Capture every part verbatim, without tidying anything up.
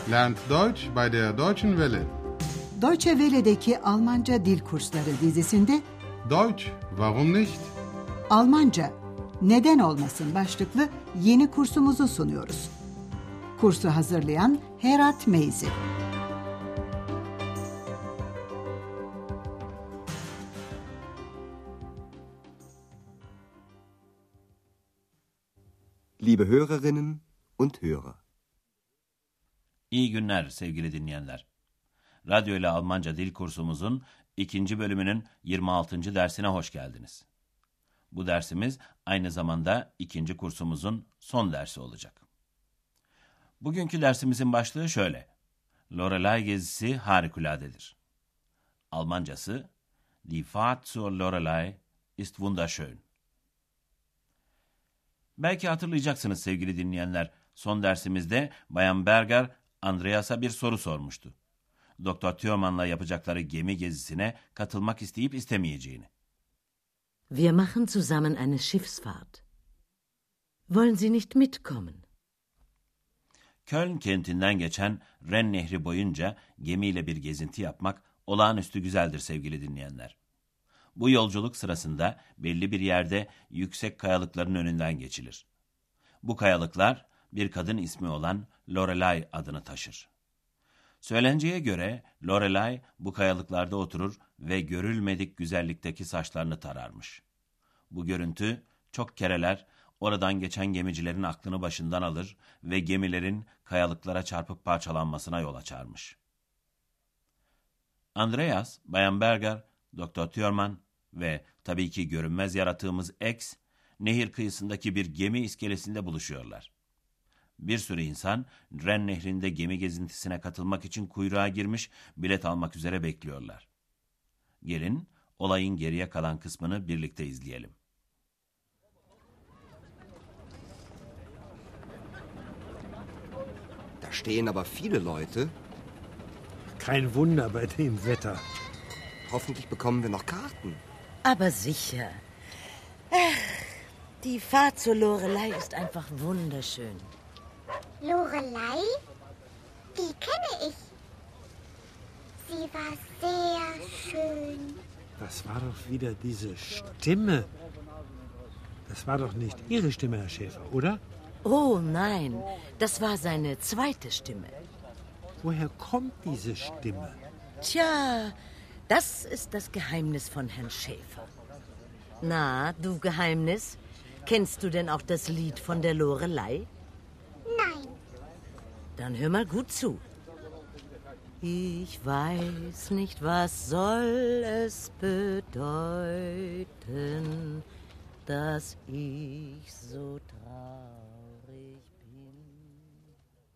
Lernt Deutsch bei der Deutschen Welle. Deutsche Welle'deki Almanca dil kursları dizisinde Deutsch, warum nicht? Almanca neden olmasın başlıklı yeni kursumuzu sunuyoruz. Kursu hazırlayan Herat Meyzi. Liebe Hörerinnen und Hörer. İyi günler sevgili dinleyenler. Radyo ile Almanca dil kursumuzun ikinci bölümünün yirmi altıncı dersine hoş geldiniz. Bu dersimiz aynı zamanda ikinci kursumuzun son dersi olacak. Bugünkü dersimizin başlığı şöyle. Loreley gezisi harikuladedir. Almancası Die Fahrt zur Loreley ist wunderschön. Belki hatırlayacaksınız sevgili dinleyenler, son dersimizde Bayan Berger, Andreas'a bir soru sormuştu. Doktor Thürmann'la yapacakları gemi gezisine katılmak isteyip istemeyeceğini. Wir machen zusammen eine Schiffsfahrt. Wollen Sie nicht mitkommen? Köln kentinden geçen Ren Nehri boyunca gemiyle bir gezinti yapmak olağanüstü güzeldir sevgili dinleyenler. Bu yolculuk sırasında belli bir yerde yüksek kayalıkların önünden geçilir. Bu kayalıklar bir kadın ismi olan Loreley adını taşır. Söylenceye göre Loreley bu kayalıklarda oturur ve görülmedik güzellikteki saçlarını tararmış. Bu görüntü çok kereler oradan geçen gemicilerin aklını başından alır ve gemilerin kayalıklara çarpıp parçalanmasına yol açarmış. Andreas, Bayan Berger, Doktor Thürmann ve tabii ki görünmez yaratığımız X, nehir kıyısındaki bir gemi iskelesinde buluşuyorlar. Bir sürü insan Ren Nehri'nde gemi gezintisine katılmak için kuyruğa girmiş, bilet almak üzere bekliyorlar. Gelin, olayın geriye kalan kısmını birlikte izleyelim. Da stehen aber viele Leute. Kein Wunder bei dem Wetter. Hoffentlich bekommen wir noch Karten. Aber sicher. Ach, die Fahrt zur Loreley ist einfach wunderschön. Loreley? Die kenne ich. Sie war sehr schön. Das war doch wieder diese Stimme. Das war doch nicht Ihre Stimme, Herr Schäfer, oder? Oh nein, das war seine zweite Stimme. Woher kommt diese Stimme? Tja, das ist das Geheimnis von Herrn Schäfer. Na, du Geheimnis, kennst du denn auch das Lied von der Loreley? Nein. Dann hör mal gut zu. Ich weiß nicht, was soll es bedeuten, dass ich so traurig bin.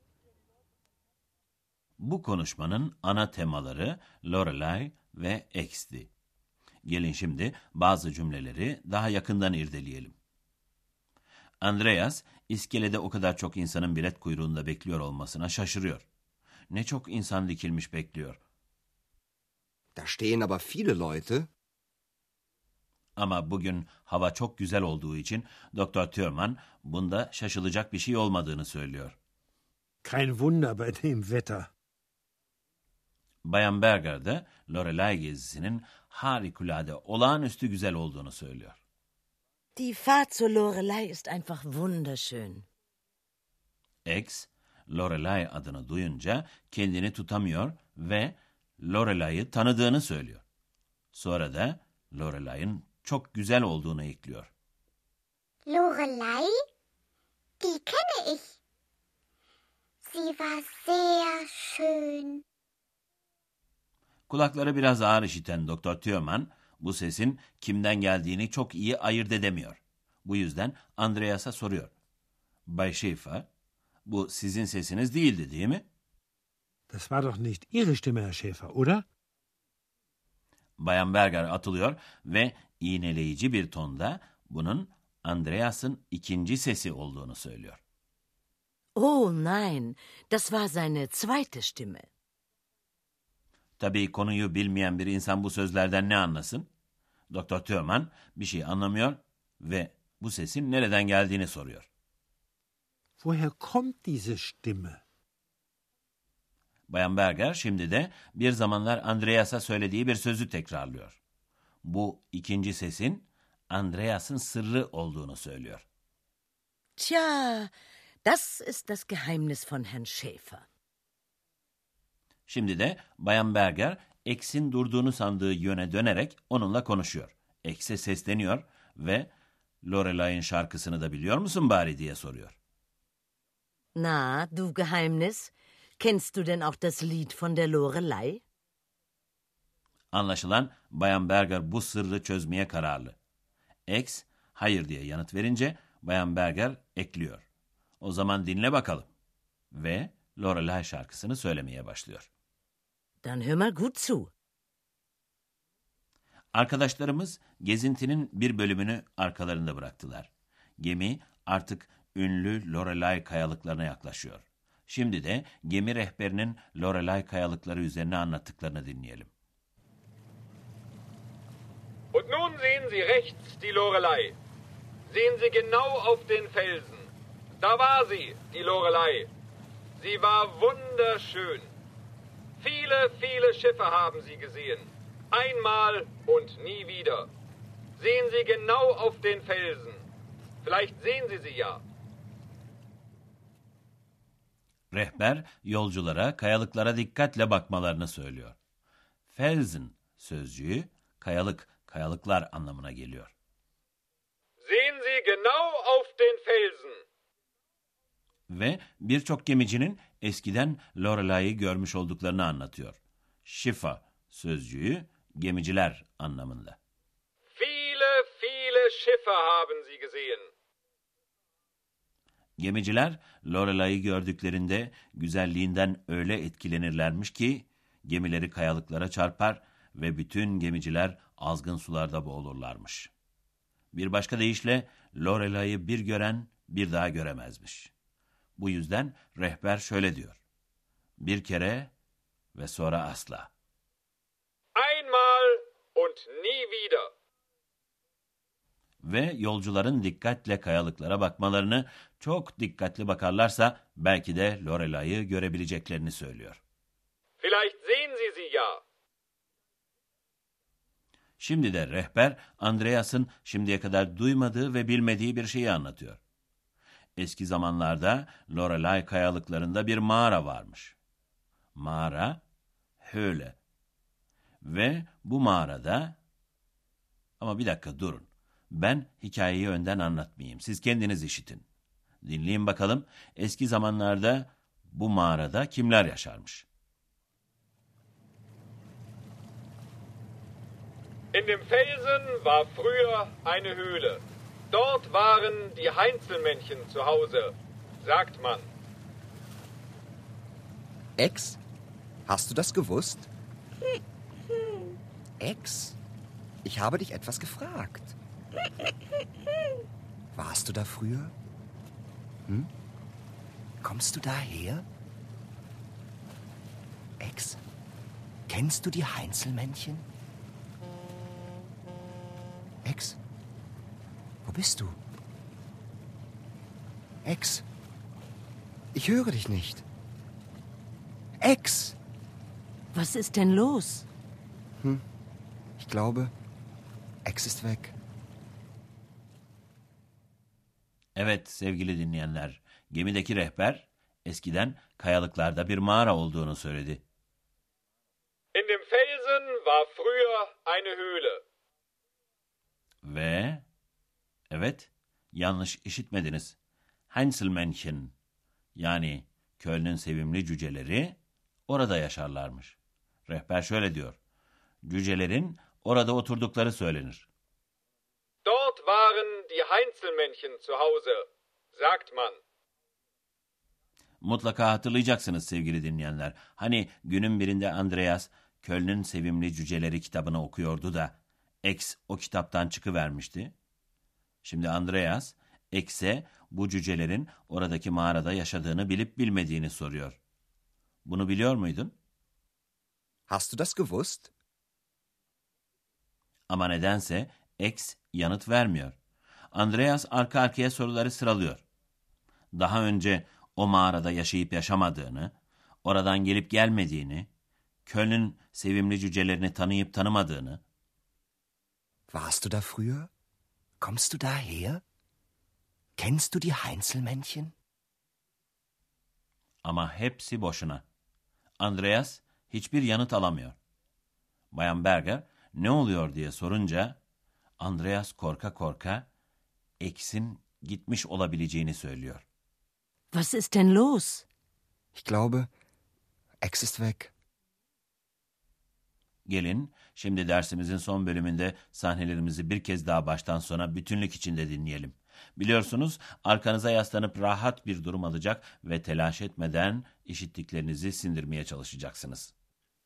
Bu konuşmanın ana temaları Loreley ve X'ti. Gelin şimdi bazı cümleleri daha yakından irdeleyelim. Andreas, iskelede o kadar çok insanın bilet kuyruğunda bekliyor olmasına şaşırıyor. Ne çok insan dikilmiş bekliyor. Da stehen aber viele Leute. Ama bugün hava çok güzel olduğu için Doktor Thürmann bunda şaşılacak bir şey olmadığını söylüyor. Kein Wunder bei dem Wetter. Bayan Berger de Loreley gezisinin harikulade, olağanüstü güzel olduğunu söylüyor. Die Fahrt zur Loreley ist einfach wunderschön. X, Loreley adını duyunca kendini tutamıyor ve Loreley'i tanıdığını söylüyor. Sonra da Loreley'in çok güzel olduğunu ekliyor. Loreley? Die kenne ich. Sie war sehr schön. Kulakları biraz ağır işiten Doktor Thürmann, bu sesin kimden geldiğini çok iyi ayırt edemiyor. Bu yüzden Andreas'a soruyor. Bay Schäfer, bu sizin sesiniz değildi değil mi? Das war doch nicht Ihre Stimme, Herr Schäfer, oder? Bayan Berger atılıyor ve iğneleyici bir tonda bunun Andreas'ın ikinci sesi olduğunu söylüyor. Oh nein, das war seine zweite Stimme. Tabii konuyu bilmeyen bir insan bu sözlerden ne anlasın? Doktor Thürmann bir şey anlamıyor ve bu sesin nereden geldiğini soruyor. Woher kommt diese Stimme? Bayan Berger şimdi de bir zamanlar Andreas'a söylediği bir sözü tekrarlıyor. Bu ikinci sesin Andreas'ın sırrı olduğunu söylüyor. Tja, das ist das Geheimnis von Herrn Schäfer. Şimdi de Bayan Berger, X'in durduğunu sandığı yöne dönerek onunla konuşuyor. X'e sesleniyor ve Lorelei'nin şarkısını da biliyor musun bari diye soruyor. Na, du Geheimnis, kennst du denn auch das Lied von der Lorelei? Anlaşılan Bayan Berger bu sırrı çözmeye kararlı. X, hayır diye yanıt verince Bayan Berger ekliyor. O zaman dinle bakalım. Ve Lorelei şarkısını söylemeye başlıyor. Dann hör mal gut zu. Arkadaşlarımız gezintinin bir bölümünü arkalarında bıraktılar. Gemi artık ünlü Lorelei kayalıklarına yaklaşıyor. Şimdi de gemi rehberinin Lorelei kayalıkları üzerine anlattıklarını dinleyelim. Und nun sehen Sie rechts die Lorelei. Sehen Sie genau auf den Felsen. Da war sie, die Lorelei. Sie war wunderschön. Viele, viele Schiffe haben sie gesehen. Einmal und nie wieder. Sehen Sie genau auf den Felsen. Vielleicht sehen Sie sie ja. Rehber yolculara kayalıklara dikkatle bakmalarını söylüyor. Felsen sözcüğü kayalık, kayalıklar anlamına geliyor. Sehen Sie genau auf den Felsen. Ve birçok gemicinin eskiden Lorelei'yi görmüş olduklarını anlatıyor. Schiffer sözcüğü gemiciler anlamında. Viele, viele Schiffe haben sie gesehen. Gemiciler Lorelei'yi gördüklerinde güzelliğinden öyle etkilenirlermiş ki gemileri kayalıklara çarpar ve bütün gemiciler azgın sularda boğulurlarmış. Bir başka deyişle Lorelei'yi bir gören bir daha göremezmiş. Bu yüzden rehber şöyle diyor. Bir kere ve sonra asla. Einmal und nie wieder. Ve yolcuların dikkatle kayalıklara bakmalarını, çok dikkatli bakarlarsa belki de Lorelei'yi görebileceklerini söylüyor. Vielleicht sehen Sie sie ja. Şimdi de rehber Andreas'ın şimdiye kadar duymadığı ve bilmediği bir şeyi anlatıyor. Eski zamanlarda Lorelei kayalıklarında bir mağara varmış. Mağara, höhle. Ve bu mağarada... Ama bir dakika durun. Ben hikayeyi önden anlatmayayım. Siz kendiniz işitin. Dinleyin bakalım eski zamanlarda bu mağarada kimler yaşarmış? In dem Felsen war früher eine Höhle. Dort waren die Heinzelmännchen zu Hause, sagt man. Ex, hast du das gewusst? Ex, ich habe dich etwas gefragt. Warst du da früher? Hm? Kommst du daher? Ex, kennst du die Heinzelmännchen? Ex, wo bist du? Ex, ich höre dich nicht. Ex! Was ist denn los? Hm, ich glaube, Ex ist weg. Evet sevgili dinleyenler, gemideki rehber eskiden kayalıklarda bir mağara olduğunu söyledi. In dem Felsen war früher eine Höhle. Ve, evet, yanlış işitmediniz. Heinzelmännchen, yani Köln'ün sevimli cüceleri orada yaşarlarmış. Rehber şöyle diyor, cücelerin orada oturdukları söylenir. Dort waren die Heinzelmännchen zu Hause, sagt man. Mutlaka hatırlayacaksınız sevgili dinleyenler. Hani günün birinde Andreas, Köln'ün sevimli cüceleri kitabını okuyordu da, X o kitaptan çıkıvermişti. Şimdi Andreas, X'e bu cücelerin oradaki mağarada yaşadığını bilip bilmediğini soruyor. Bunu biliyor muydun? Hast du das gewusst? Ama nedense X yanıt vermiyor. Andreas arka arkaya soruları sıralıyor. Daha önce o mağarada yaşayıp yaşamadığını, oradan gelip gelmediğini, Köln'ün sevimli cücelerini tanıyıp tanımadığını. Warst du da früher? Kommst du daher? Kennst du die Heinzelmännchen? Ama hepsi boşuna. Andreas hiçbir yanıt alamıyor. Bayan Berger ne oluyor diye sorunca Andreas korka korka X'in gitmiş olabileceğini söylüyor. Was ist denn los? Ich glaube, X ist weg. Gelin şimdi dersimizin son bölümünde sahnelerimizi bir kez daha baştan sona bütünlük içinde dinleyelim. Biliyorsunuz arkanıza yaslanıp rahat bir durum alacak ve telaş etmeden işittiklerinizi sindirmeye çalışacaksınız.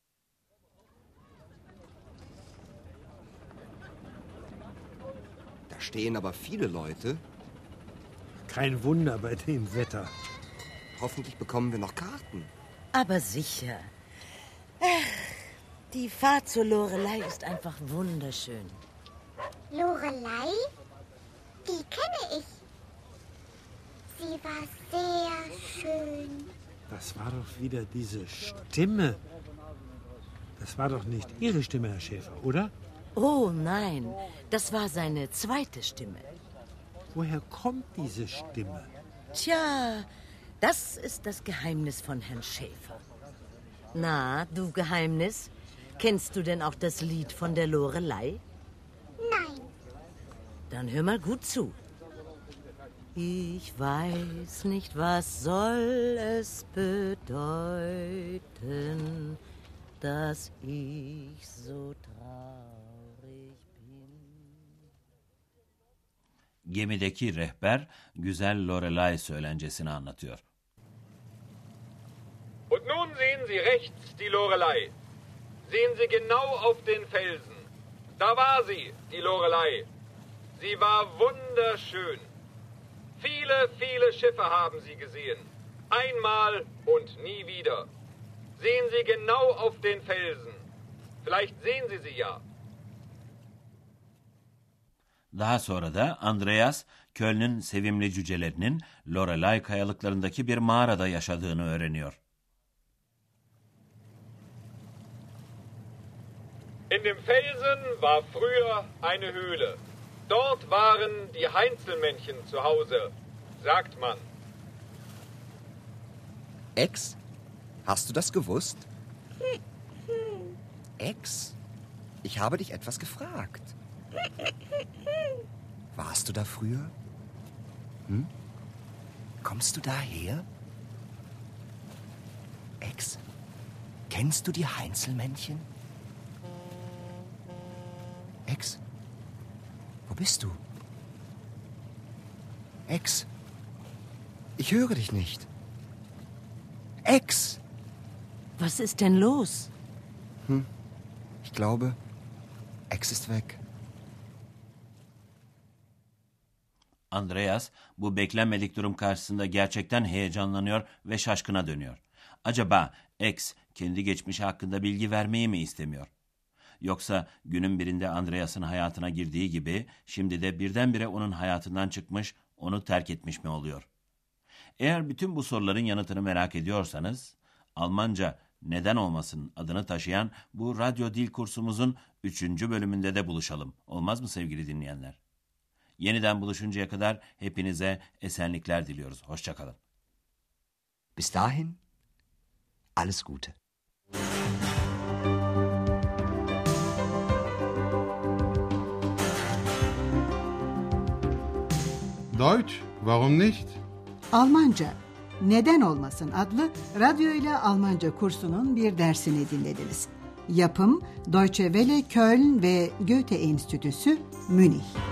Da stehen aber viele Leute. Kein Wunder bei dem Wetter. Hoffentlich bekommen wir noch Karten. Aber sicher. Ach, die Fahrt zur Lorelei ist einfach wunderschön. Lorelei? Die kenne ich. Sie war sehr schön. Das war doch wieder diese Stimme. Das war doch nicht Ihre Stimme, Herr Schäfer, oder? Oh nein, das war seine zweite Stimme. Woher kommt diese Stimme? Tja, das ist das Geheimnis von Herrn Schäfer. Na, du Geheimnis, kennst du denn auch das Lied von der Lorelei? Nein. Dann hör mal gut zu. Ich weiß nicht, was soll es bedeuten, dass ich so traurig bin. Gemideki rehber güzel Lorelei söylencesini anlatıyor. Und nun sehen Sie rechts die Lorelei. Sehen Sie genau auf den Felsen. Da war sie, die Lorelei. Sie war wunderschön. Viele, viele Schiffe haben sie gesehen. Einmal und nie wieder. Sehen Sie genau auf den Felsen. Vielleicht sehen Sie sie ja. Daha sonra da Andreas, Köln'ün sevimli cücelerinin Lorelei kayalıklarındaki bir mağarada yaşadığını öğreniyor. In dem Felsen war früher eine Höhle. Dort waren die Heinzelmännchen zu Hause, sagt man. Ex? Hast du das gewusst? Ex? Ich habe dich etwas gefragt. Warst du da früher? Hm? Kommst du daher? Ex? Kennst du die Heinzelmännchen? Ex? Wo bist du? Ex? Ich höre dich nicht. Ex! Was ist denn los? Hm. Ich glaube, Ex ist weg. Andreas bu beklenmedik durum karşısında gerçekten heyecanlanıyor ve şaşkına dönüyor. Acaba X kendi geçmişi hakkında bilgi vermeyi mi istemiyor? Yoksa günün birinde Andreas'ın hayatına girdiği gibi şimdi de birdenbire onun hayatından çıkmış, onu terk etmiş mi oluyor? Eğer bütün bu soruların yanıtını merak ediyorsanız, Almanca Neden Olmasın adını taşıyan bu radyo dil kursumuzun üçüncü bölümünde de buluşalım. Olmaz mı sevgili dinleyenler? Yeniden buluşuncaya kadar hepinize esenlikler diliyoruz. Hoşça kalın. Bis dahin, alles Gute. Deutsch, warum nicht? Almanca Neden Olmasın adlı radyo ile Almanca kursunun bir dersini dinlediniz. Yapım Deutsche Welle Köln ve Goethe Enstitüsü Münih.